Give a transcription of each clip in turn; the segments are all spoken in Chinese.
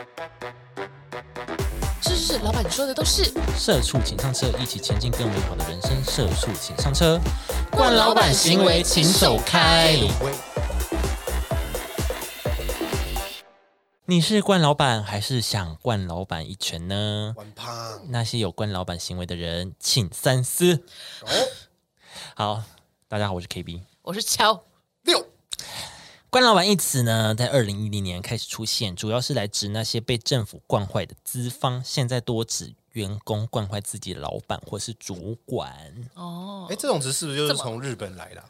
是，老板说的都是。 社畜请上车，一起前进更美好的人生。社畜请上车， 惯老板行为请走开。 你是惯老板还是想惯老板一拳呢？ 玩胖那些有惯老板行为的人，请三思。好，大家好，我是 KB， 我是乔六。 惯老板一词呢，在2010年开始出现，主要是来指那些被政府惯坏的资方，现在多指员工惯坏自己的老板或是主管。 哦。 这种词是不是就是从日本来的？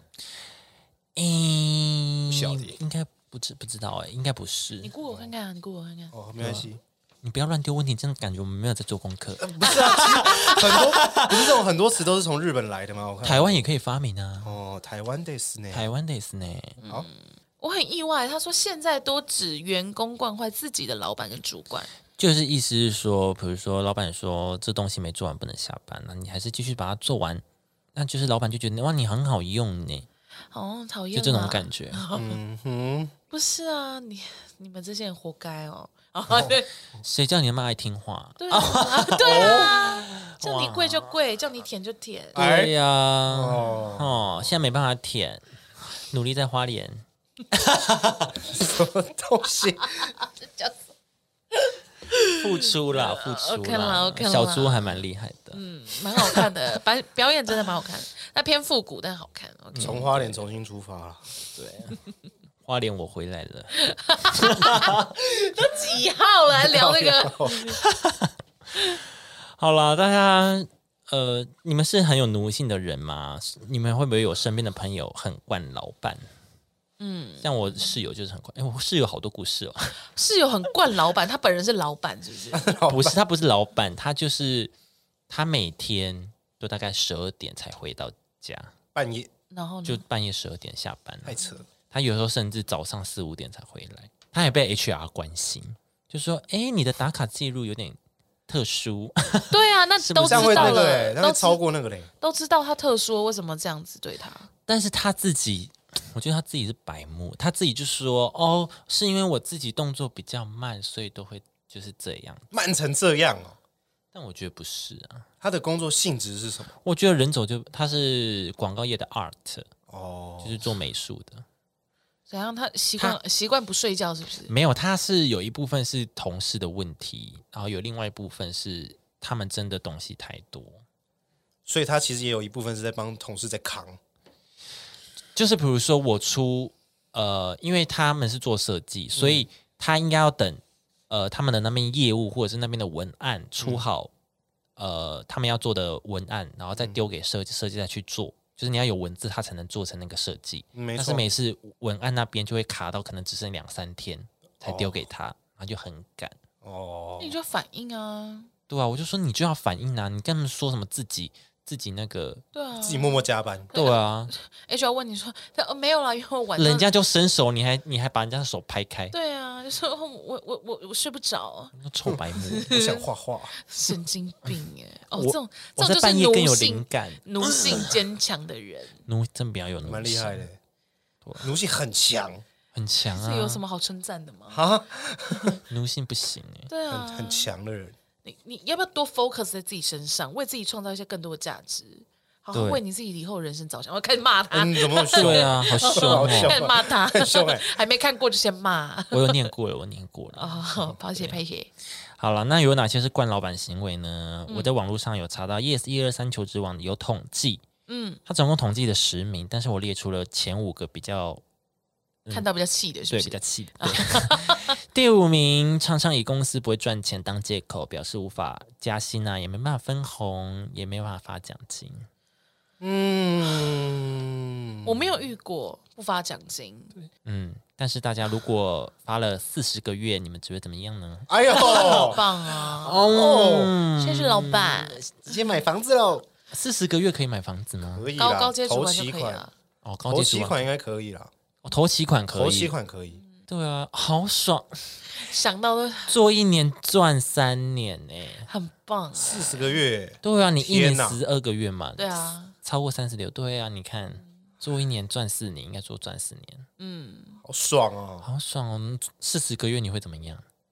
不晓得应该不知道应该不是。 你 Google 看看，你 Google 看看。 哦，没关系。 你不要乱丢问题，这样感觉我们没有在做功课。 不是啊，其实不是这种很多词都是从日本来的吗？我看台湾也可以发明啊。 哦，台湾ですね。 台湾ですね。 好。 我很意外，他说现在多指员工惯坏自己的老板跟主管， 就是意思是说，比如说老板说这东西没做完不能下班，那你还是继续把它做完，那就是老板就觉得哇你很好用呢， 哦，讨厌， 就这种感觉。 嗯哼， 不是啊，你们这些人活该哦。 谁叫你那么爱听话？ 对啊，对啊，叫你跪就跪，叫你舔就舔。 对呀，现在没办法舔，努力在花莲。 什么东西？ 付出啦，付出啦。小猪还蛮厉害的， 蛮好看的，表演真的蛮好看的。那偏复古但好看。 从花莲重新出发了。 对，花莲我回来了。 都几号了，还聊那个？ 好啦，大家你们是很有奴性的人吗？你们会不会有身边的朋友很惯老板？像我室友就是很惯，我室友好多故事哦。 室友很惯老板，他本人是老板是不是？ 不是，他不是老板，他就是他每天都大概12点才回到家， 半夜， 然后就半夜12点下班， 太扯了。 他有时候甚至早上4、5点才回来，他也被 HR 关心，就说：“你的打卡记录有点特殊。” 对啊，那都知道了， 那会超过那个嘞， 都知道他特殊，为什么这样子对他？ 但是他自己。我觉得他自己是白目，他自己就说是因为我自己动作比较慢，所以都会就是这样， 慢成这样哦。 但我觉得不是啊， 他的工作性质是什么？ 我觉得人走他是广告业的 art 就是做美术的。 怎样？他习惯不睡觉是不是？ 没有，他是有一部分是同事的问题，然后有另外一部分是他们真的东西太多， 所以他其实也有一部分是在帮同事在扛。 就是比如说我出因为他们是做设计，所以他应该要等他们的那边业务或者是那边的文案出好，他们要做的文案，然后再丢给设计再去做，就是你要有文字，他才能做成那个设计。但是每次文案那边就会卡到，可能只剩2-3天才丢给他，然后就很赶。 你就反应啊。 对啊，我就说你就要反应啊，你跟他们说什么自己那个， 对啊， 自己默默加班。 对啊 ，HR 问你说没有啦，因为我晚上人家就伸手，你还把人家的手拍开。 对啊，就说我睡不着， 臭白目， 我想画画， 神经病哎！ 我在半夜更有灵感， 奴性坚强的人， 真比较有奴性， 蛮厉害的，奴性很强， 很强啊！ 是有什么好称赞的吗？ 啊， 奴性不行对啊， 很强的人。 你要不要多 focus 在自己身上，为自己创造一些更多的价值，好好为你自己以后人生着想。我开始骂他， 怎么凶？ 对啊，好凶哦！ 开始骂他， 很凶还没看过就先骂。 我念过了。 哦，抱歉。 好了，那有哪些是惯老板行为呢？我在网络上有查到 Yes123求职网有统计，他总共统计了10名，但是我列出了前5个比较。 看到比较气的是不是？ 对，比较气的。第5名，常常以公司不会赚钱当借口，表示无法加薪啊，也没办法分红，也没办法发奖金。 我没有遇过不发奖金。 但是大家如果发了40个月，你们觉得怎么样呢？ 哎呦， 好棒啊！谢谢老板， 直接买房子喽。 40个月可以买房子吗？ 可以啦， 高阶主管就可以了。 头期款应该可以啦。 头期款可以， 头期款可以。 对啊，好爽！ 想到都做1年赚3年很棒。 40个月， 对啊，你1年12个月嘛， 对啊， 超过36，对啊，你看做1年赚4年，应该做赚4年， 好爽哦， 好爽哦！40个月你会怎么样？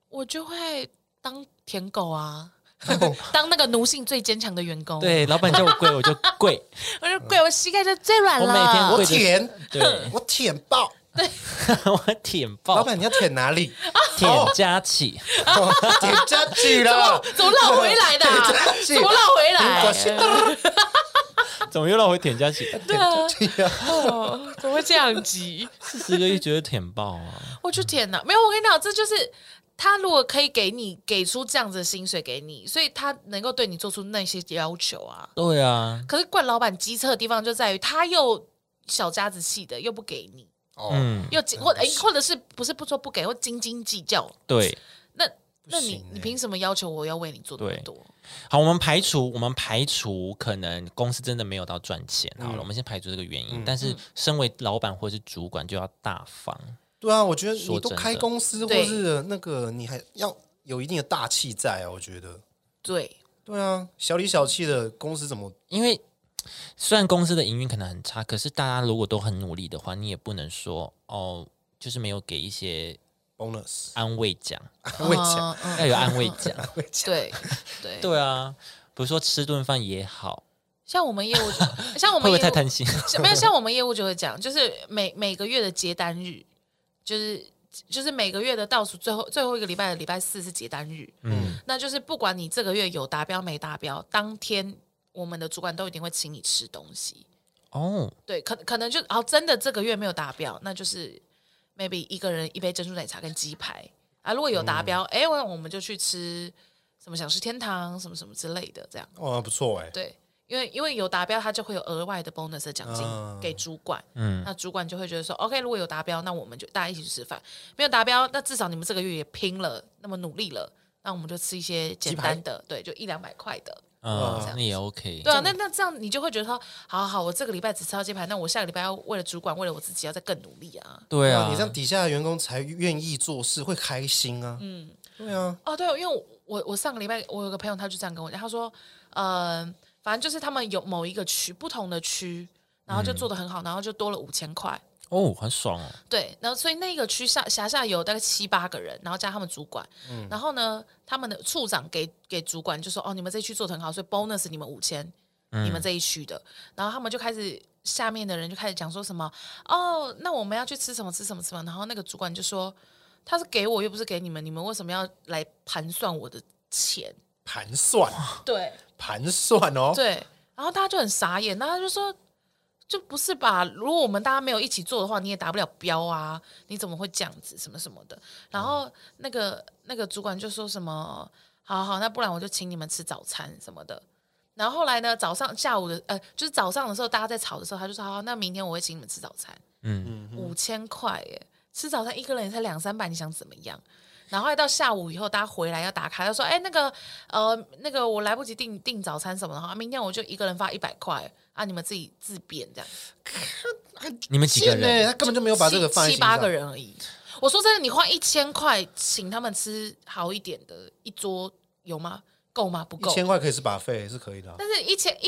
我就会当舔狗啊，当那个奴性最坚强的员工。 对，老板叫我跪我就跪， 我就跪，我膝盖就最软了。 我每天我跪着舔， 对我舔爆。 我舔爆， 老板你要舔哪里？ 舔加起， 舔下去了， 怎么绕回来的、啊？怎么绕回来？ 怎么又让我舔加起？ 对啊，怎么会这样子 40个月觉得舔爆啊！ 我去舔了，没有。我跟你讲，这就是他如果可以给出这样子的薪水给你，所以他能够对你做出那些要求啊。 对啊， 可是冠老板机车的地方就在于他又小家子气的，又不给你，又或者是不是不说不给，或斤斤计较。 对， 那你凭什么要求我要为你做那么多？ 好，我们排除可能公司真的没有到赚钱，好了，我们先排除这个原因。但是身为老板或是主管就要大方。 对啊，我觉得你都开公司或是那个，你还要有一定的大气在啊。我觉得，对啊，小里小气的公司怎么？ 因为虽然公司的营运可能很差，可是大家如果都很努力的话，你也不能说就是没有给一些 bonus 安慰奖， 要有安慰奖。 对啊，比如说吃顿饭也好。 像我们业务，像我们会不会太贪心？ 没有，像我们业务就会讲，就是每个月的结单日，就是每个月的倒数最后一个礼拜的礼拜4是结单日。那就是不管你这个月有达标没达标，当天我们的主管都一定会请你吃东西。对，可能就真的这个月没有达标，那就是 maybe 一个人一杯珍珠奶茶跟鸡排啊。如果有达标，我们就去吃什么想吃天堂什么什么之类的，这样不错对。因为有达标，他就会有额外的 bonus 的奖金给主管，那主管就会觉得说 ，OK， 如果有达标，那我们就大家一起去吃饭；没有达标，那至少你们这个月也拼了，那么努力了，那我们就吃一些简单的，对，就100-200块的， 那也 OK。 对啊，那这样你就会觉得说，好，我这个礼拜只吃到鸡排，那我下个礼拜要为了主管，为了我自己，要再更努力啊。 对啊， 你这样底下的员工才愿意做事，会开心啊。对啊。 对，因为我上个礼拜我有个朋友，他就这样跟我讲，他说，反正就是他们有某一个区不同的区，然后就做得很好，然后就多了5000块。 很爽哦。 对，然后所以那个区辖下有大概7-8个人，然后加他们主管，然后呢，他们的处长给主管就说，你们这一区做得很好，所以 bonus 你们5000，你们这一区的，然后他们就开始下面的人就开始讲说什么，那我们要去吃什么，然后那个主管就说，他是给我又不是给你们，你们为什么要来盘算我的钱？ 盘算， 对， 盘算哦， 对，然后大家就很傻眼，然后他就说，就不是吧？如果我们大家没有一起做的话，你也达不了标啊，你怎么会这样子什么什么的？然后那个主管就说什么，好，那不然我就请你们吃早餐什么的。然后后来呢，下午的就是早上的时候，大家在吵的时候，他就说好，那明天我会请你们吃早餐。5000块耶，吃早餐一个人也才200-300，你想怎么样？然后到下午以后，大家回来要打卡，他说：“那个我来不及订早餐什么的话，明天我就一个人发100块啊，你们自己自便这样。” 你们几个人？ 他根本就没有把这个放在心上。 7-8个人而已。我说真的，你花1000块请他们吃好一点的一桌，有吗？够吗？不够。 1000块可以是把费是可以的。 但是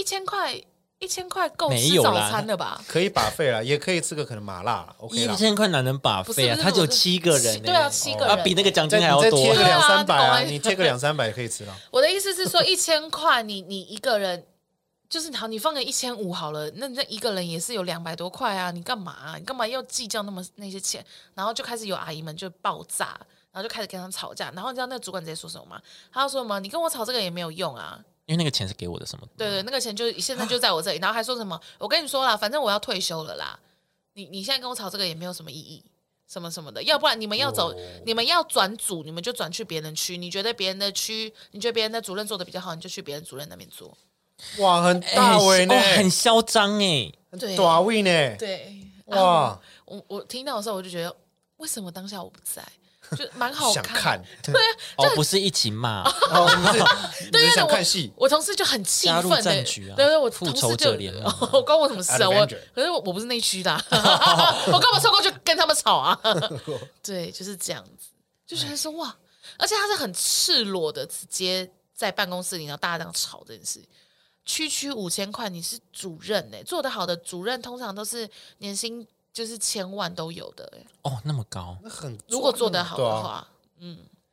1000块够吃早餐的吧？ 可以把费啦，也可以吃个可能麻辣啦 OK 啦。 1000块哪能把费啊？他只有7个人， 对啊，7个人， 比那个奖金还要多。 再贴个200-300啊，你贴个200-300也可以吃了。 我的意思是说，1000块你一个人就是好，你放个1500好了，那一个人也是有200多块啊，你干嘛啊？你干嘛要计较那些钱？然后就开始有阿姨们就爆炸，然后就开始跟他们吵架。然后你知道那个主管直接说什么吗？他说什么？你跟我吵这个也没有用啊。 因为那个钱是给我的什么？ 对，那个钱就现在就在我这里，然后还说什么？我跟你说啦，反正我要退休了啦，你现在跟我吵这个也没有什么意义，什么什么的，要不然你们要走，你们要转组，你们就转去别人区，你觉得别人的区，你觉得别人的主任做的比较好，你就去别人主任那边做。 哇，很大位呢， 很嚣张哎， 对， 大位呢， 对， 哇， 我听到的时候我就觉得，为什么当下我不在？就蛮好想看， 对啊， 不是一起骂， 不是想看戏。 我同事就很气愤的，对，我复仇者联盟， 关我什么事啊？可是我不是那区的，我干嘛凑过去跟他们吵啊？对，就是这样子，就觉得说哇，而且他是很赤裸的，直接在办公室里，然后大家这样吵这件事。区5000块，你是主任哎，做得好的主任通常都是年薪就是1000万都有的哎。 那么高， 那很， 如果做得好的话，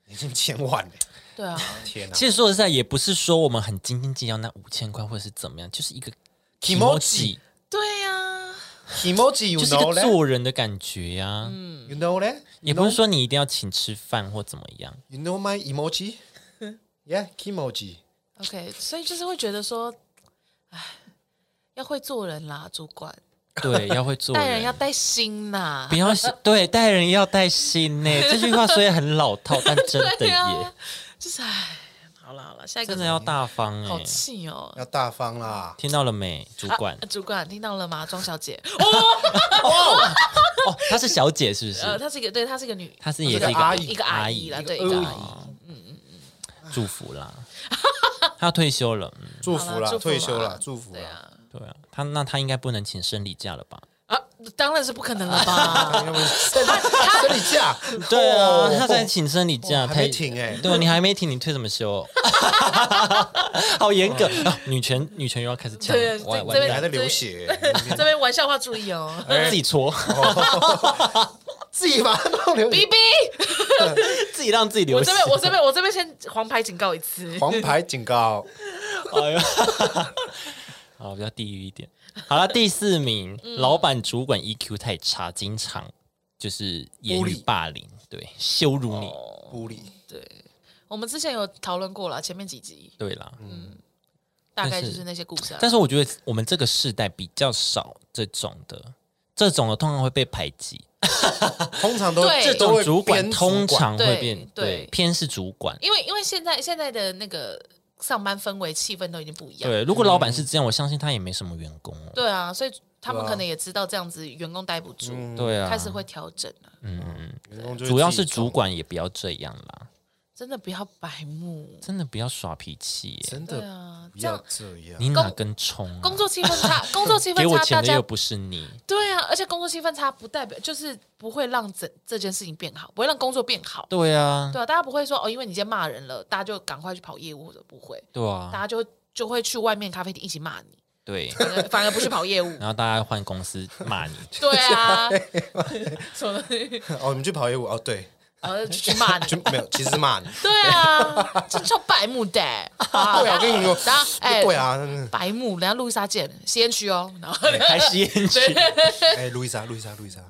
已经1000万了。 对啊， 天哪！ 其实说实在，也不是说我们很斤斤计较那5000块或者是怎么样，就是一个 Kimoji。 对呀 ，Kimoji 就是一个做人的感觉呀。 You know that？ 也不是说你一定要请吃饭或怎么样。 You know my emoji？ Yeah, Kimoji。OK， 所以就是会觉得说，哎，要会做人啦，主管。 对，要会做人， 待人要带心呐， 不要对，待人要带心呢。这句话虽然很老套，但真的耶， 就是哎，好了，下一个真的要大方哎， 好气哦， 要大方啦， 听到了没，主管？ 主管听到了吗？庄小姐， 哦，她是小姐是不是？ 她是一个，对，她是一个女， 她是也是一个阿姨啦，对，一个阿姨， 祝福啦，她要退休了， 祝福啦，退休了，祝福啦。 对啊，他应该不能请生理假了吧？ 啊，当然是不可能了吧？ 生理假？ 对啊，他在请生理假， 还没停哎。 对，你还没停，你退什么休？好严格啊！女权又要开始讲， 这边还在流血， 这边玩笑话注意哦， 自己搓， 自己把它弄流血， 自己让自己流血。 我这边先黄牌警告一次， 黄牌警告。 哎呀。好，比较地狱一点。好了，第4名，老板主管 EQ 太差，经常就是言语霸凌，对，羞辱你， 孤立。 对，我们之前有讨论过了，前面几集。 对啦， 大概就是那些故事。 但是我觉得我们这个世代比较少这种的通常会被排挤。 通常都这种主管通常会变对偏是主管， 因为现在的那个。上班氛围、气氛都已经不一样。 对，如果老板是这样，我相信他也没什么员工哦。 对啊，所以他们可能也知道这样子员工待不住， 对啊， 开始会调整了。 主要是主管也不要这样啦。 真的不要白目， 真的不要耍脾气耶！ 真的不要这样， 你哪根葱啊？ 工作气氛差，工作气氛差， 给我钱的又不是你。 对啊，而且工作气氛差不代表就是不会让这件事情变好，不会让工作变好。 对啊， 对啊，大家不会说哦，因为你今天骂人了，大家就赶快去跑业务，或者不会。 对啊， 大家就会去外面咖啡厅一起骂你。 对， 反而不去跑业务， 然后大家换公司骂你。 对啊， 哦，你们去跑业务哦，对。 去骂你， 没有，其实是骂你。 对啊，这超白目的。 对啊，我跟你说，对啊， 白目，人家路易莎见吸烟区哦，然后还吸烟区。 哎，路易莎，对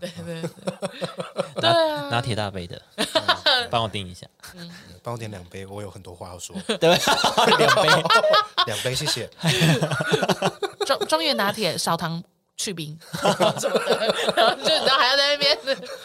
啊， 拿铁大杯的，帮我订一下。 帮我点2杯，我有很多话要说。 对，2 杯，谢谢。 庄园拿铁少糖去冰，然后还要在那边。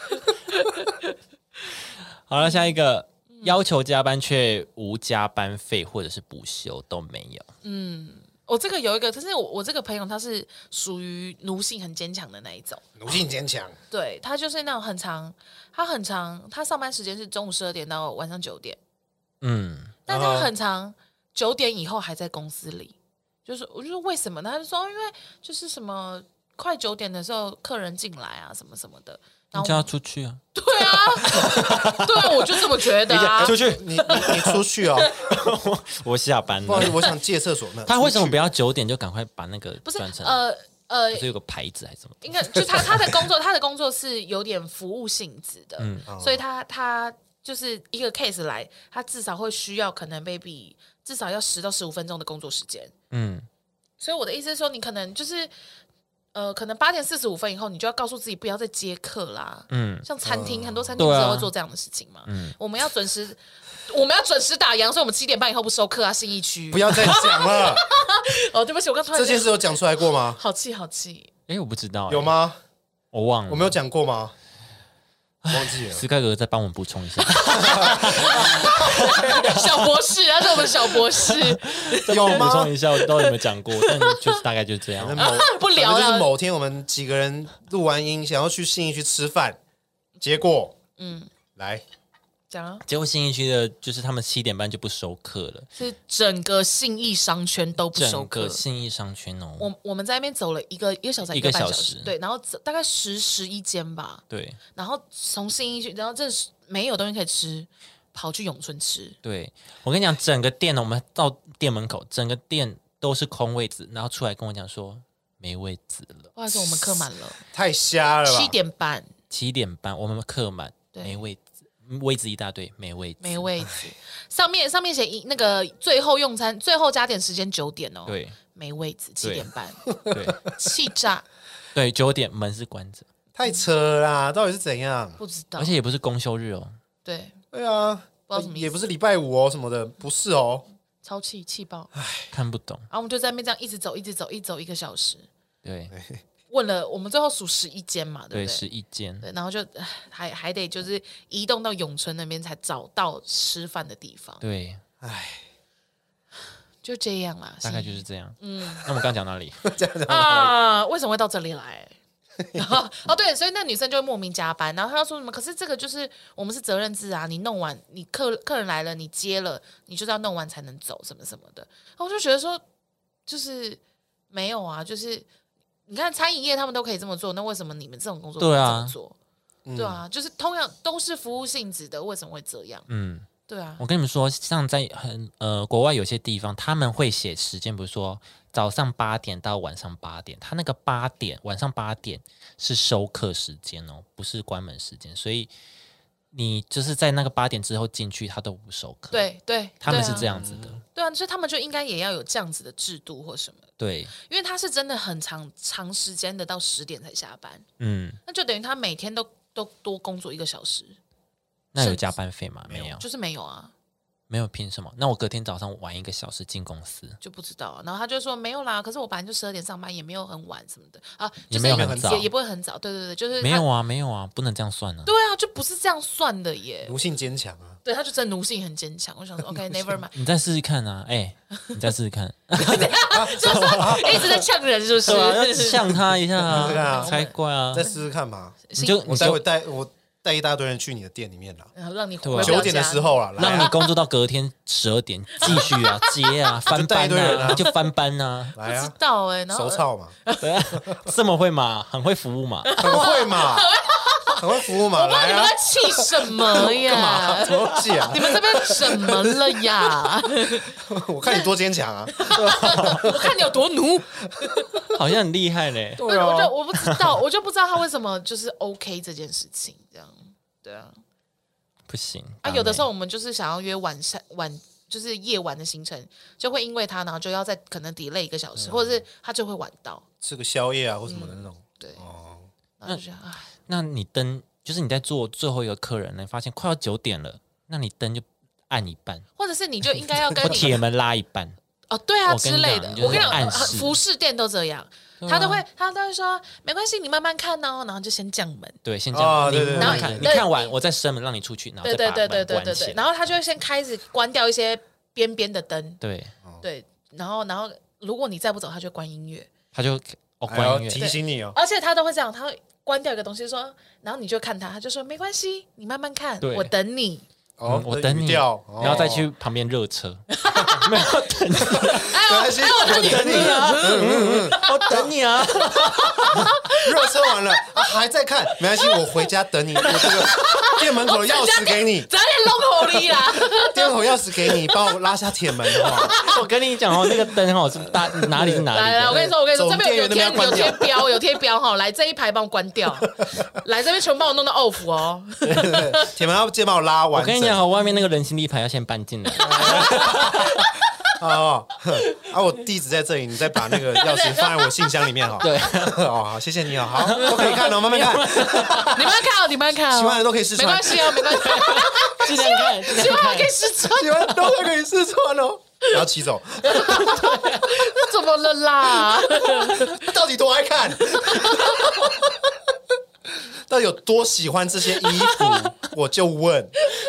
好了，下一个要求加班却无加班费或者是补休都没有。 我这个有一个，可是我这个朋友他是属于奴性很坚强的那一种。 奴性坚强， 对，他就是那种他上班时间是中午12点到晚上9点。但他很长9点以后还在公司里，我就说为什么呢？他就说因为就是什么快9点的时候客人进来啊什么什么的。 你叫他出去啊！ 对啊，对啊，我就这么觉得啊。 出去，你出去哦。 我下班了， 不好意思，我想借厕所。 他为什么不要9点就赶快把那个转成？是有个牌子还是什么？ 应该就他的工作是有点服务性质的，所以他就是一个 case 来，他至少会需要可能 maybe 至少要10到15分钟的工作时间。所以我的意思是说，你可能就是。可能8点45分以后，你就要告诉自己不要再接客啦。像餐厅，很多餐厅不是会做这样的事情嘛。我们要准时打烊，所以我们7点半以后不收客啊。信义区不要再讲了。 哦，对不起，我刚突然这件事有讲出来过吗？ 好气。 哎，我不知道， 有吗？ 我忘了， 我没有讲过吗？忘记了。 斯盖格再帮我们补充一下。 小博士，他是我们小博士。 有吗？补充一下，我都有没有讲过？但就是大概就是这样。 不聊了。 就是某天我们几个人录完音，想要去信义区吃饭，结果来讲啊。 结果信义区的就是他们7点半就不收客了， 是整个信义商圈都不收客。 整个信义商圈哦， 我们在那边走了一个小时，1个半小时，对，然后大概11间吧， 对， 然后从信义区，然后这没有东西可以吃，跑去永春吃。 对，我跟你讲，整个店呢，我们到店门口，整个店都是空位子，然后出来跟我讲说没位子了， 不好意思，我们客满了， 太瞎了吧 ，7点半， 我们客满，没位子。 位置一大堆，没位置， 没位置。上面写那个最后用餐、最后加点时间9点哦， 对， 没位置7点半， 对， 气炸。 对，9点门是关着， 太扯啦，到底是怎样？ 不知道， 而且也不是公休日哦。 对啊， 不知道什么意思， 也不是礼拜5哦什么的，不是哦， 超气爆。 看不懂。 然后我们就在那边这样一直走1个小时。 对。 问了，我们最后数11间嘛，对不对 ？11间。 对，然后就还得就是移动到永春那边才找到吃饭的地方。 对， 就这样啦， 大概就是这样。那我们刚讲哪里？ 啊，为什么会到这里来？哦，对，所以那女生就会莫名加班，然后她说什么？可是这个就是我们是责任制啊，你弄完，你客人来了，你接了，你就是要弄完才能走，什么什么的。然后我就觉得说，就是没有啊，就是。你看餐饮业他们都可以这么做，那为什么你们这种工作不这么做？对啊，就是同样都是服务性质的，为什么会这样？对啊。 我跟你们说，像在国外有些地方，他们会写时间，比如说早上8点到晚上8点，他那个晚上8点是收客时间哦，不是关门时间，所以你就是在那个8点之后进去，他都不收客。 对， 他们是这样子的。 对啊，所以他们就应该也要有这样子的制度或什么。 对， 因为他是真的很长时间的到10点才下班，那就等于他每天都多工作1个小时。 那有加班费吗？没有， 就是没有啊。 没有凭什么？那我隔天早上晚1个小时进公司就不知道啊。然后他就说没有啦，可是我本来就12点上班，也没有很晚什么的啊， 也没有很早， 也不会很早。对，就是没有啊，不能这样算啊。 对啊，就不是这样算的耶。 奴性坚强啊。 对，他就真的奴性很坚强。我想说 ，OK，never mind， 你再试试看啊，你再试试看， 就是一直在呛人，是不是？ 要呛他一下啊，才怪啊！ 再试试看嘛。 你待会带一大堆人去你的店里面啦， 让你 9点的时候啦， 让你工作到隔天12点，继续啊，接啊，翻班啊，就翻班啊， 来啊， 不知道手操嘛， 对啊，这么会嘛，很会服务嘛， 很会嘛，很会服务嘛，来啊！ 你们在气什么呀？ 干嘛？怎么气啊？ 你们这边怎么了呀？ 我看你多坚强啊！ 我看你有多奴， 好像很厉害嘞。 对啊，我不知道，我就不知道他为什么就是 OK 这件事情这样。对啊， 不行啊！有的时候我们就是想要约就是夜晚的行程，就会因为他，然后就要再可能 delay 1个小时，或者是他就会晚到， 吃个宵夜啊或什么的那种。 对，然后就觉得哎， 那你灯就是你在做最后一个客人，你发现快要9点了，那你灯就按一半， 或者是你就应该要跟你铁门拉一半。 哦，对啊之类的。我跟你讲，服饰店都这样。他都会说没关系，你慢慢看哦，然后就先降门， 对，先降门，然后你看完，我再升门让你出去，然后再把门关起来， 然后他就会先开始关掉一些边边的灯， 对， 然后如果你再不走，他就关音乐， 他就关音乐提醒你哦， 而且他都会这样，他会关掉一个东西说，然后你就看他就说没关系，你慢慢看，我等你。 我等你，然后再去旁边热车，没有等你， 我等你啊， 我等你啊， 热车完了还在看，没关系，我回家等你，我这个店门口的钥匙给你， 早点弄口里啦， 店门口钥匙给你，帮我拉下铁门的话， 我跟你讲哦，那个灯哦是哪里是哪里， 来，我跟你说，这边有贴标哈，来这一排帮我关掉，来这边全部帮我弄到 off 哦， 铁门要先帮我拉完。 我跟你讲，外面那个人行立牌要先搬进来。 我地址在这里，你再把那个钥匙放在我信箱里面哈。 对， 好，谢谢你哦，好，都可以看哦，慢慢看。 你们看， 喜欢的都可以试穿， 没关系哦，没关系， 尽量看， 喜欢可以试穿， 喜欢都可以试穿哦。然后骑走， 那怎么了啦？ 到底多爱看？到底有多喜欢这些衣服？我就问。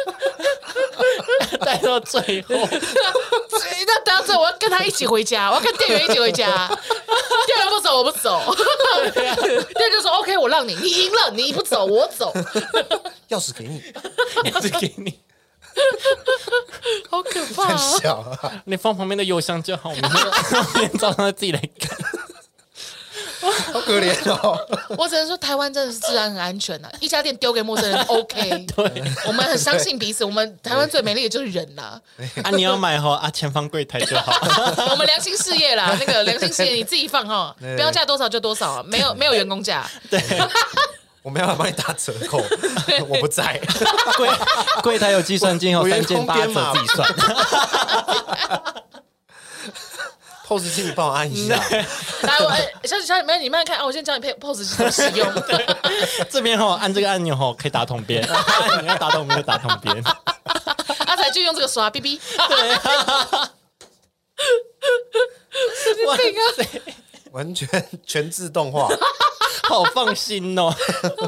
待到最后， 那等到这，我要跟他一起回家，我要跟店员一起回家。店员不走，我不走。店员就说 ：“OK， 我让你，你赢了，你不走，我走。” 钥匙给你， 钥匙给你， 好可怕！ 太小了， 你放旁边的邮箱就好，明天早上自己来看。 好可怜哦！ 我只能说，台湾真的是治安很安全啊，一家店丢给陌生人 OK， 对， 我们很相信彼此。我们台湾最美丽的就是人呐。 你要买哈前方柜台就好。 我们良心事业啦，那个良心事业你自己放哈，标价多少就多少，没有员工价。 对， 我们要帮你打折扣，我不在。 柜台有计算机，有3件8折自己算。 POS 机你帮我按一下。 来，小姐妹，你慢慢看啊！我先教你POS 机怎么使用。 这边按这个按钮可以打统编，你要打统编就打统编。 阿才就用这个刷 BB。对。 哇塞， 完全自动化， 好放心哦。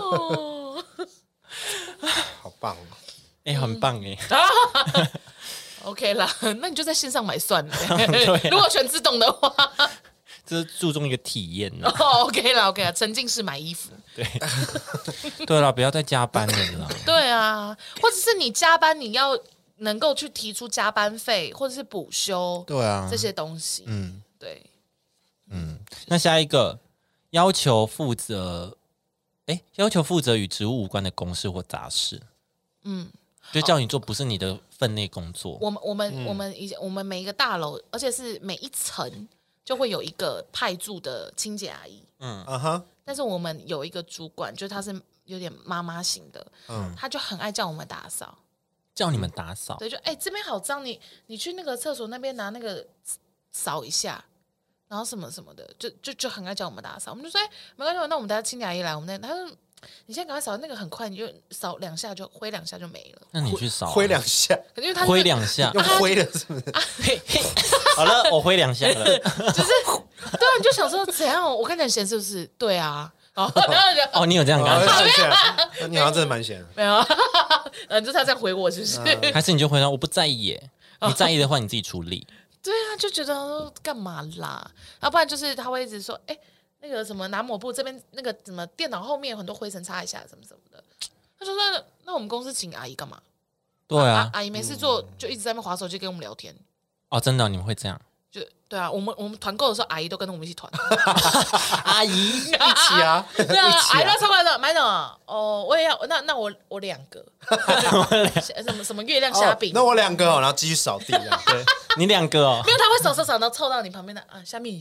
好棒哦！ 很棒哎。 OK 啦，那你就在线上买算了。如果全自动的话， 这是注重一个体验呢。 OK 啦，沉浸式买衣服。 对了，不要再加班了啦。 对啊，或者是你加班，你要能够去提出加班费或者是补休， 对啊， 这些东西。对， 那下一个要求负责与职务无关的公事或杂事。就叫你做不是你的分内工作。 我们每一个大楼，而且是每一层就会有一个派驻的清洁阿姨。但是我们有一个主管，就是他是有点妈妈型的，他就很爱叫我们打扫， 叫你们打扫。 对，就这边好脏，你去那个厕所那边拿那个扫一下，然后什么什么的，就很爱叫我们打扫。我们就说没关系，那我们等下清洁阿姨来，我们他说。你现在赶快扫那个很快，你就扫2下就挥2下就没了。 那你去扫挥2下， 因为他挥2下用挥的是不是？ 好了，我挥2下了。 就是对啊，你就想说怎样？我看起来闲是不是？对啊。 哦，你有这样感觉？你好像真的蛮闲。 没有，就是他这样回我，是不是？ 还是你就回答我不在意耶？你在意的话，你自己处理。 对啊，就觉得干嘛啦？要不然就是他会一直说，那个什么拿抹布这边那个什么电脑后面有很多灰尘擦一下什么什么的。他说那我们公司请阿姨干嘛？ 对啊， 阿姨没事做就一直在那边滑手机跟我们聊天。 哦，真的你们会这样？ 就对啊，我们团购的时候，阿姨都跟着我们一起团。 阿姨一起啊， 对啊，阿姨都超快的，买什么？哦，我也要，那我2个，什么月亮虾饼？ 那我2个然后继续扫地这样。 对，你2个哦， 没有，他会扫，然后凑到你旁边的虾米。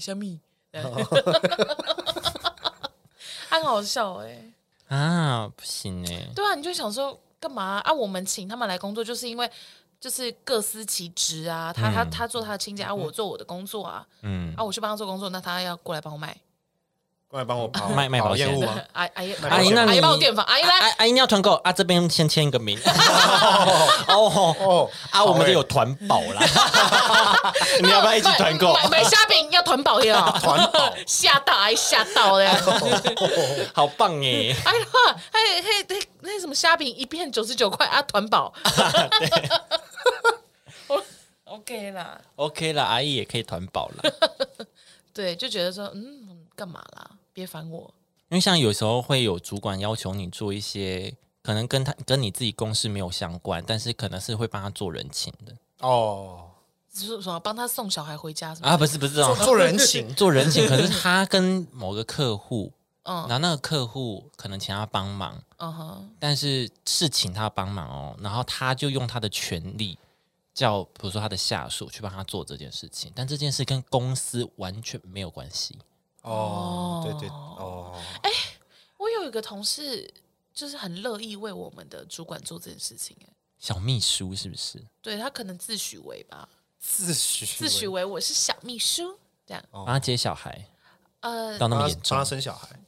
很好笑不行对啊，你就想说干嘛啊？我们请他们来工作，就是因为就是各司其职啊。他做他的清洁我做我的工作啊。我去帮他做工作，那他要过来帮我卖。 过来帮我卖保险吗？ 阿姨， 那你帮我电访，阿姨来， 阿姨你要团购啊，这边先签一个名。我们这有团保啦，你要不要一起团购？ 买虾饼要团保呀， 团保吓到阿姨吓到了， 好棒耶！ 那什么虾饼一片99块啊，团保。OK 啦， 阿姨也可以团保啦。 对，就觉得说干嘛啦？别烦我。 因为像有时候会有主管要求你做一些可能跟你自己公事没有相关，但是可能是会帮他做人情的。 是什么？帮他送小孩回家是吗？ 不是做人情， 做人情。可是他跟某个客户，然后那个客户可能请他帮忙，但是请他帮忙然后他就用他的权利叫，比如说他的下属去帮他做这件事情，但这件事跟公司完全没有关系。 对， 我有一个同事，就是很乐意为我们的主管做这件事情。 小秘书是不是？ 对，他可能自诩为吧， 自诩为我是小秘书，这样帮他接小孩，到那么严重， 帮他生小孩。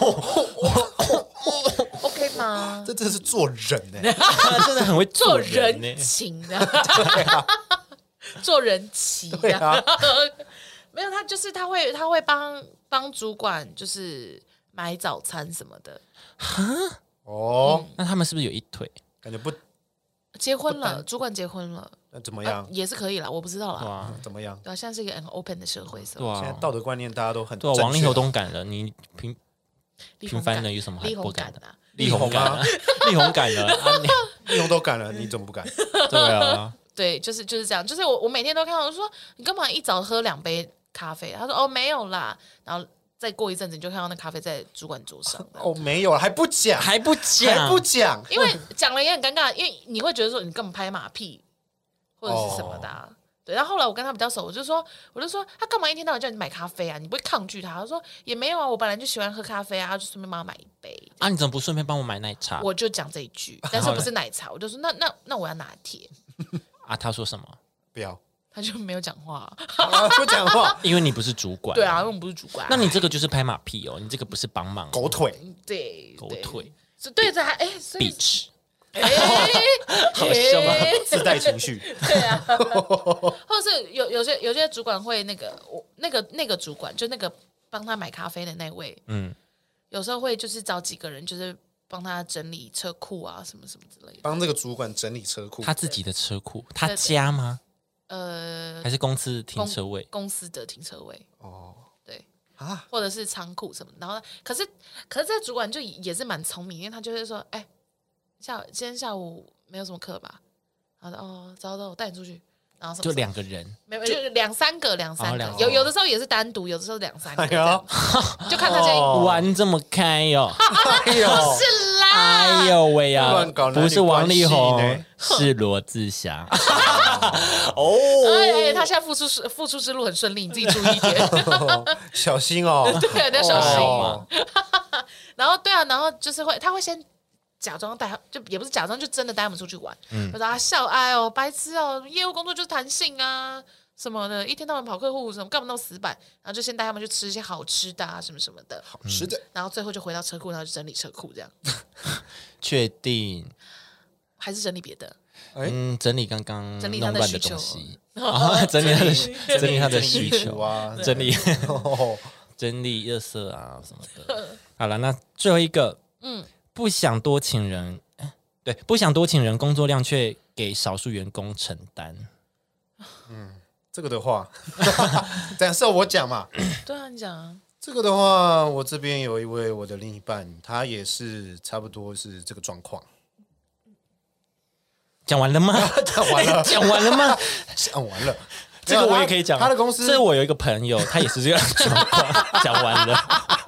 OK 吗？ 这真的是做人他真的很会做人情的，做人情的。没有，他会帮主管就是买早餐什么的。 那他们是不是有一腿？ 感觉不结婚了，主管结婚了， 那怎么样？ 也是可以啦，我不知道啦。 怎么样？ 对，现在是一个很 open 的社会， 现在道德观念大家都很对。王力宏都敢了，你平凡人有什么还不敢的？力宏敢了，力宏敢了， 力宏都敢了，你怎么不敢？ 对啊， 对，就是这样。就是我每天都看到，我说你干嘛一早喝2杯咖啡？他说没有啦，然后再过一阵子你就看到那咖啡在主管桌上。 没有了，还不讲， 因为讲了也很尴尬，因为你会觉得说你干嘛拍马屁或者是什么的。 对，然后后来我跟他比较熟，我就说他干嘛一天到晚叫你买咖啡啊？你不会抗拒他？他说也没有啊，我本来就喜欢喝咖啡啊，就顺便帮他买一杯啊。你怎么不顺便帮我买奶茶？ 我就讲这一句，但是不是奶茶，我就说那我要拿铁啊。他说什么？ 不要。 他就没有讲话， 不讲话， 因为你不是主管。 对啊，因为我们不是主管。 那你这个就是拍马屁哦，你这个不是帮忙。 狗腿， 对， 狗腿， 对着还 bitch， 好凶啊，自带情绪。 对啊，或者是有些主管会那个主管就那个帮他买咖啡的那位，有时候会就是找几个人就是帮他整理车库啊什么什么之类的。 帮这个主管整理车库， 他自己的车库，他家吗？还是公司停车位？ 公司的停车位哦， 对啊，或者是仓库什么。然后，可是这个主管就也是蛮聪明，因为他就会说：“哎，今天下午没有什么课吧？”然后哦，走，我带你出去。然后什么就2个人， 没有，就两三个，有的时候也是单独，有的时候2、3个这样，就看他玩这么开哦。 不是啦， 哎呦喂呀，不是王力宏，是罗志祥。 哦，哎，他现在复出之路很顺利，你自己注意一点， 小心哦。 对，要小心。然后对啊，然后就是他会先假装带他，就也不是假装，就真的带他们出去玩。就说笑哎哦，白痴哦，业务工作就是弹性啊什么的，一天到晚跑客户什么，干嘛那么死板？然后就先带他们去吃一些好吃的啊什么什么的， 好吃的。 然后最后就回到车库，然后就整理车库这样。 确定？ 还是整理别的？ 整理刚刚弄乱的东西，整理他的需求啊，整理垃圾啊什么的。好了，那最后一个，不想多请人，对，不想多请人，工作量却给少数员工承担。 这个的话，等下是要我讲嘛？ 对啊，你讲啊。 这个的话，我这边有一位我的另一半，他也是差不多是这个状况。 讲完了吗？ 讲完了， 讲完了吗？ 讲完了。 这个我也可以讲。 他的公司， 这我有一个朋友，他也是这样状况。讲完了，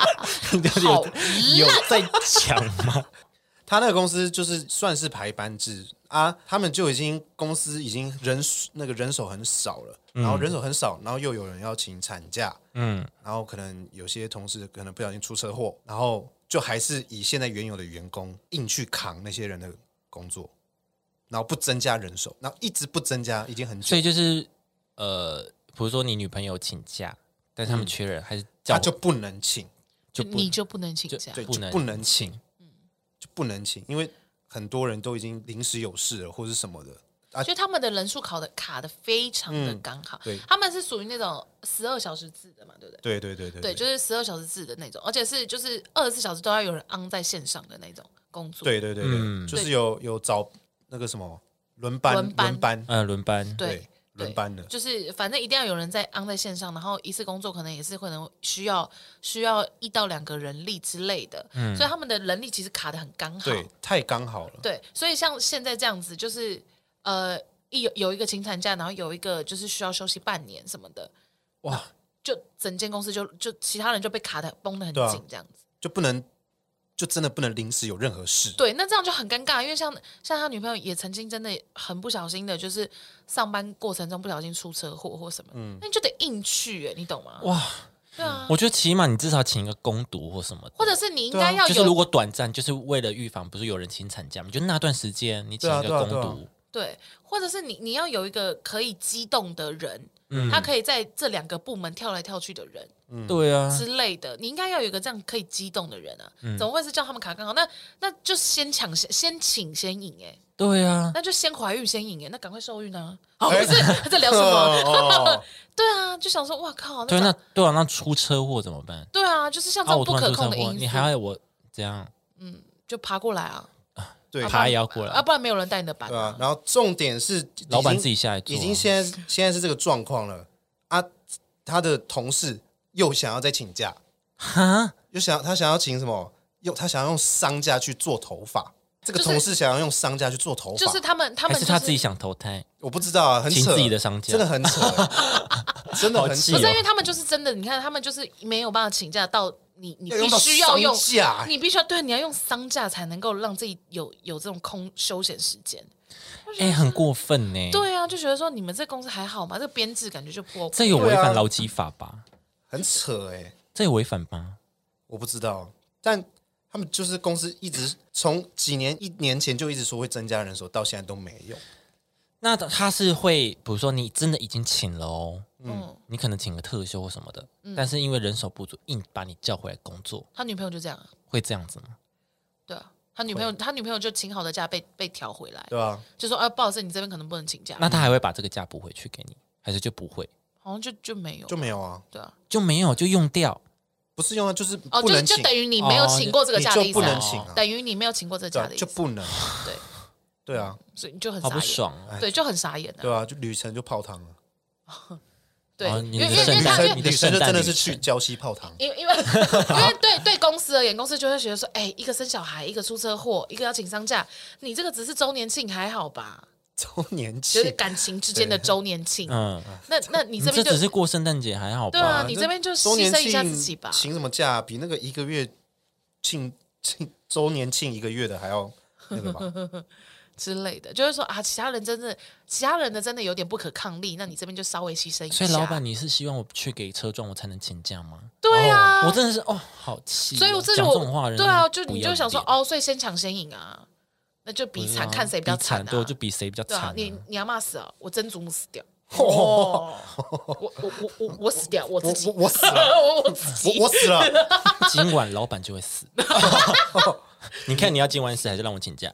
有在讲吗？ 他那个公司就是算是排班制啊，他们就公司已经人手很少了，然后人手很少，然后又有人要请产假，然后可能有些同事可能不小心出车祸，然后就还是以现在原有的员工硬去扛那些人的工作，然后不增加人手，然后一直不增加，已经很久。 所以就是比如说你女朋友请假，但是他们缺人，还是他就不能请， 你就不能请假， 对，就不能请。就不能请，因为很多人都已经临时有事了或是什么的， 所以他们的人数卡的非常的刚好。 对， 他们是属于那种12小时制的嘛，对不对？ 对， 就是12小时制的那种，而且是就是24小时都要有人on在线上的那种工作。 对，就是有找那个什么轮班， 轮班， 对。轮班的， 就是反正一定要有人在on在线上，然后一次工作可能也是可能需要1到2个人力之类的，所以他们的人力其实卡得很刚好， 对，太刚好了。 对，所以像现在这样子，就是有一个请产假，然后有一个就是需要休息半年什么的，哇，就整间公司就其他人就被卡得绷得很紧，这样子就真的不能临时有任何事。 对，那这样就很尴尬，因为像他女朋友也曾经真的很不小心的，就是上班过程中不小心出车祸或什么，那你就得硬去，你懂吗？哇，对啊， 我觉得起码你至少请一个工读或什么的， 或者是你应该要就是如果短暂，就是为了预防，不是有人请产假，就那段时间你请一个工读， 对，或者是你要有一个可以机动的人，他可以在这2个部门跳来跳去的人。 对啊之类的，你应该要有一个这样可以激动的人啊，怎么会是叫他们卡刚好？那就先请先赢对啊， 那就先怀孕先赢那赶快受孕啊！不是在聊什么？对啊，就想说哇靠， 对，那出车祸怎么办？ 对啊，就是像这种不可控的因素， 你还要我这样？ 就爬过来啊！ 对， 爬也要过来啊，不然没有人带你的班。 对啊，然后重点是老板自己下来做， 已经现在是这个状况了啊，他的同事。又想要再请假，他想要请什么？他想要用丧假去做头发。这个同事想要用丧假去做头发， 就是他们还是他自己想投胎？ 我不知道啊，很扯， 请自己的丧假， 真的很扯，真的很扯。 不是因为他们就是真的，你看他们就是没有办法请假到你要必用到丧须要用， 假你必须要对，你要用丧假才能够让自己有这种休闲时间。 很过分呢。 对啊，就觉得说你们这公司还好吗？这个编制感觉就不 OK。 这有违反劳基法吧？ 很扯这有违反吗？ 我不知道，但他们就是公司一直从1年前就一直说会增加人手，到现在都没有。 那他是会，比如说你真的已经请了哦，你可能请个特休或什么的，但是因为人手不足，硬把你叫回来工作， 他女朋友就这样啊， 会这样子吗？ 对啊，他女朋友就请好的假被调回来， 对啊， 就说不好意思，你这边可能不能请假。 那他还会把这个假补回去给你，还是就不会？ 好像就没有， 就没有啊， 对啊， 就没有就用掉？ 不是用啊，就是哦， 不能请， 就等于你没有请过这个假的意思啊， 你就不能请啊等于你没有请过这个假的意思， 就不能， 对， 对啊， 所以你就很好傻眼， 不爽哦！ 对，就很傻眼啊， 对啊，就旅程就泡汤了。 对， 你因为的圣诞因为他因为你的女生就真的是圣诞旅程去礁溪泡汤， 因为对公司而言，公司就会觉得说，一个生小孩，一个出车祸，一个要请丧假，你这个只是周年庆还好吧？ 周年就是庆感情之间的周年庆。那你你这边就这只是过圣诞节还好吧？ 对啊，你这边就周年牺牲一下庆自己吧。 请什么假比那个1个月庆周年庆1个月的还要那个吧？ 之类的，就是说啊，其他人的真的有点不可抗力，那你这边就稍微牺牲一下。 所以老板，你是希望我去给车撞我才能请假吗？ 对啊， 我真的是好气哦。 所以我讲这种话的人对啊， 不要你就想说脸所以先抢先赢啊，那就比惨， 对啊看谁比较比惨， 啊。 对，就比谁比较对啊惨啊。， 你要骂死啊，我曾祖母死掉。我死掉，我自己我死了， 我自己我死了， 今晚老板就会死。你看你要今晚死还是让我请假？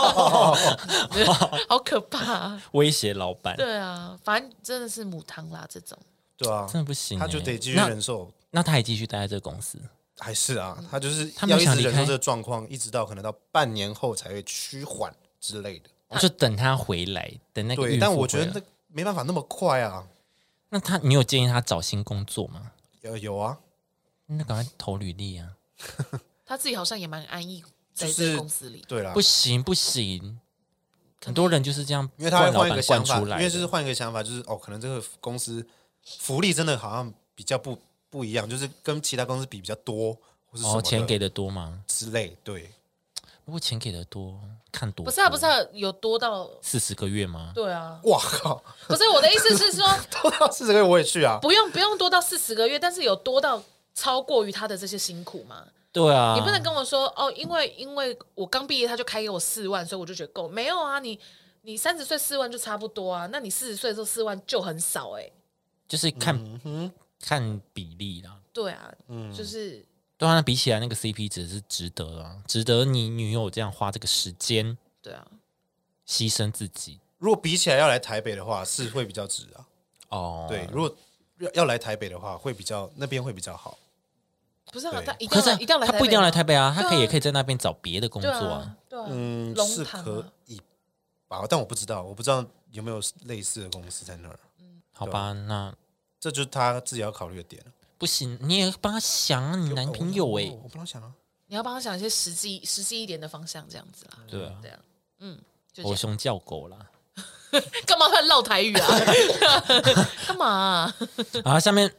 好可怕啊。 威胁老板， 对啊，反正真的是母汤啦，这种对啊， 真的不行欸。 他就得继续那忍受。 那他还继续待在这个公司， 还是啊，他就是他没要有想离开一直忍受这个状况，一直到可能到半年后才会趋缓之类的。 我就等他回来，等那个对， 孕妇但我觉得回来那没办法那么快啊。 那你有建议他找新工作吗？ 有啊， 那赶快投履历啊！ 他自己好像也蛮安逸在这就是个公司里。 对啦不，行不行，很多人就是这样因为他会换一惯老板个想法， 惯出来的， 因为就是换一个想法，就是可能这个公司福利真的好像比较不一样，就是跟其他公司比较多，或是什么的钱给的多吗？ 之类。对， 如果钱给的多，看多不是啊，不是啊，有多到 40个月吗？ 对啊， 哇靠， 不是我的意思是说， 多到40个月我也去啊。 不用多到40个月，但是有多到超过于他的这些辛苦吗？ 对啊， 你不能跟我说因为我刚毕业他就开给我4万，所以我就觉得够。没有啊，你30岁4万就差不多啊，那你40岁的时候4万就很少就是看比例啦。 对啊，就是对啊，那比起来那个 CP 值是值得啊，值得你女友这样花这个时间对啊， 牺牲自己如果比起来要来台北的话，是会比较值啊。 哦。 对，如果要来台北的话，那边会比较好。 不是啊， 对他一定可是要来一定要来台北吗， 他不一定要来台北啊，他对啊也可以在那边找别的工作啊对啊。，对啊， 是龙潭啊可以吧？但我不知道有没有类似的公司在那儿。 好吧，那这就是他自己要考虑的点了。 不行，你也帮他想啊，你男朋友我不能想啊。 你要帮他想一些实际一点的方向，这样子啦。 对啊这样，就这样我熊叫狗啦。 干嘛突然唠台语啊？干嘛啊？ 好，下面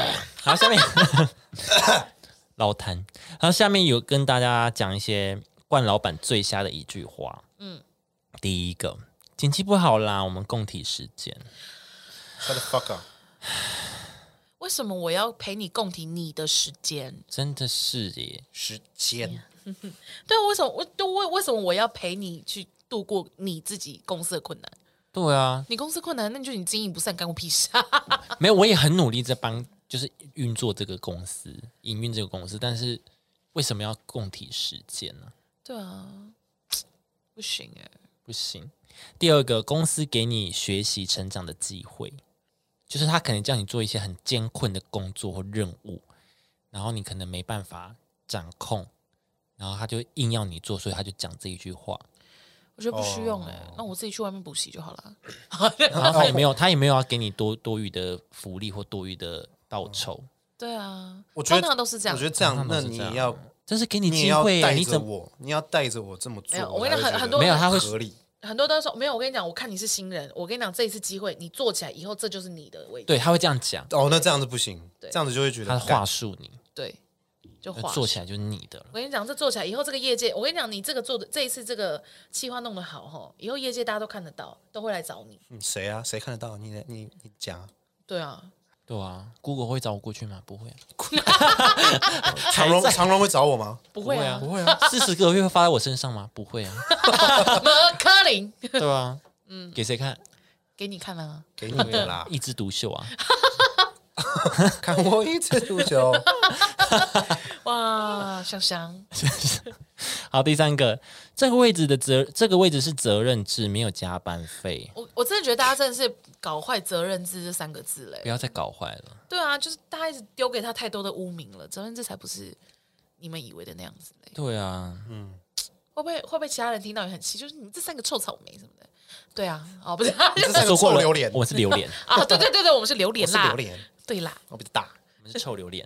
老谭，然后下面有跟大家讲一些冠老板最瞎的一句话。第一个，经济不好啦，我们共体时间。 Shut the fuck up！ 为什么我要陪你共体你的时间？ 真的是耶， 时间对啊，为什么我要陪你去度过你自己公司的困难？ 对啊， 你公司困难，那就你经营不善，干我屁事啊！ 没有，我也很努力在帮，就是运作这个公司，营运这个公司，但是为什么要共体时间呢？ 对啊，不行不行。第二个，公司给你学习成长的机会，就是他可能叫你做一些很艰困的工作或任务，然后你可能没办法掌控，然后他就硬要你做，所以他就讲这一句话， 我觉得不需要那我自己去外面补习就好了。 然后他也没有要给你多余的福利或多余的报酬， 对啊， 我觉得通常都是这样。 我觉得这样，那通常都是这样你要这是给你你也机会， 要带你怎么着我，你要带着我这么做。 没有我跟你讲才会觉得很多没有他会合理。 很多都说没有，我跟你讲，我看你是新人，我跟你讲，这一次机会你做起来以后，这就是你的位置。 对他会这样讲， 哦，那这样子不行， 对这样子就会觉得他话术你。 对， 就划做起来就是你的了。 我跟你讲，这做起来以后，这个业界，我跟你讲，你这个做的这一次这个企划弄得好哈，以后业界大家都看得到，都会来找你。 谁啊？谁看得到？你讲啊。 对啊， 对啊 ，Google 会找我过去吗？不会啊。 长荣会找我吗？ 不会啊， 不会啊。 40个月会发在我身上吗？不会啊。 柯林， 对啊，给谁看？ 给你看啊， 给你的啦， 一枝独秀啊。 看我一枝独秀。 哇，香香， 好，第3个，这个位置是责任制，没有加班费。 我真的觉得大家真的是搞坏责任制这3个字嘞不。要再搞坏了。 对啊，就是大家一直丢给他太多的污名了，责任制才不是你们以为的那样子嘞。 对啊， 会不会其他人听到也很气？就是你们这3个臭草莓什么的。对啊，哦不是， 这3个说过了臭榴莲， 我是榴莲， 啊，对，我们是榴我莲啦， 是榴莲， 对啦， 我比较大。 我们是臭榴莲。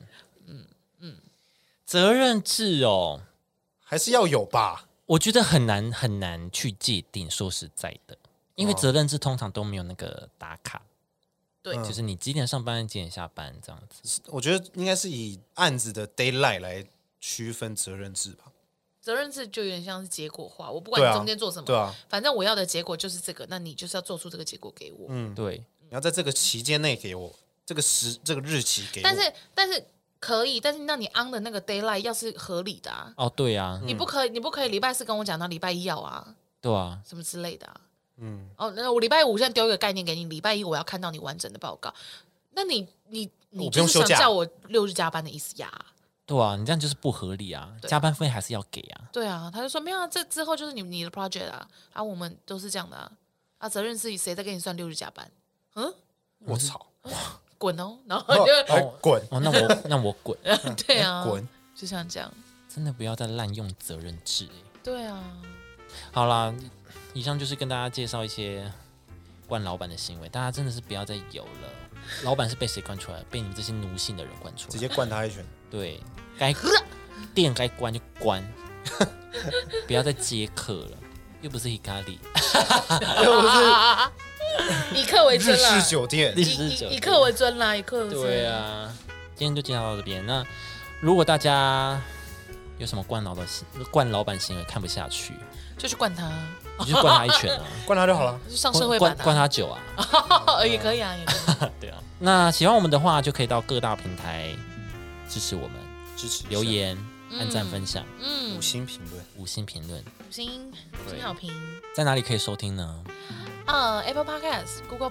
责任制哦， 还是要有吧？ 我觉得很难去界定。说实在的，因为责任制通常都没有那个打卡， 对， 就是你几点上班几点下班这样子。 我觉得应该是以案子的 deadline 来区分责任制吧。 责任制就有点像是结果化，我不管对啊你中间做什么， 对啊， 反正我要的结果就是这个，那你就是要做出这个结果给我。 对， 你要在这个期间内给我这个日期给我。 但是可以，但是那你 on 的那个 deadline 要是合理的啊， 哦，对啊， 你不可以礼拜4跟我讲到礼拜1要啊， 对啊， 什么之类的啊。哦，那我礼拜5现在丢一个概念给你，礼拜1我要看到你完整的报告，那你我不就是用休假想叫我6日加班的意思呀？ 对啊，你这样就是不合理啊，加班费还是要给啊。 对啊，他就说没有啊，这之后就是你的 project 啊，我们都是这样的啊，责任是谁在跟你算6日加班？ 我操， 滚哦，然后就滚！ 哦，那我滚， 对啊， 滚！ 就像这样， 真的不要再滥用责任制对啊， 好啦，以上就是跟大家介绍一些惯老板的行为，大家真的是不要再有了。老板是被谁惯出来的？被你们这些奴性的人惯出来的。 直接灌他一拳。 对，店该关就关，不要再接客了，又不是 Hikari， 又不是以客为尊日啦， 式酒店。 以客为尊啦，以客为尊。 对啊，今天就介绍到这边。那如果大家有什么惯老板行为看不下去， 就去灌他， 你就灌他一拳啊， 灌他就好了。 就上社会版灌他酒啊， 也可以啊，也可以。 对啊。那喜欢我们的话，就可以到各大平台支持我们， 支持一下留言、按赞、分享、 5星评论。 5星评论。 五星好评。 在哪里可以收听呢？ Apple Podcast、Google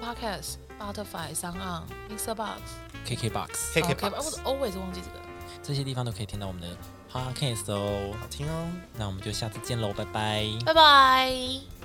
Podcast、Spotify、SoundOn、Mixer KKBox KKBOX 我 always 忘记这个。 这些地方都可以听到我们的 podcast 哦。 好听哦。 那我们就下次见喽，拜拜。 拜拜。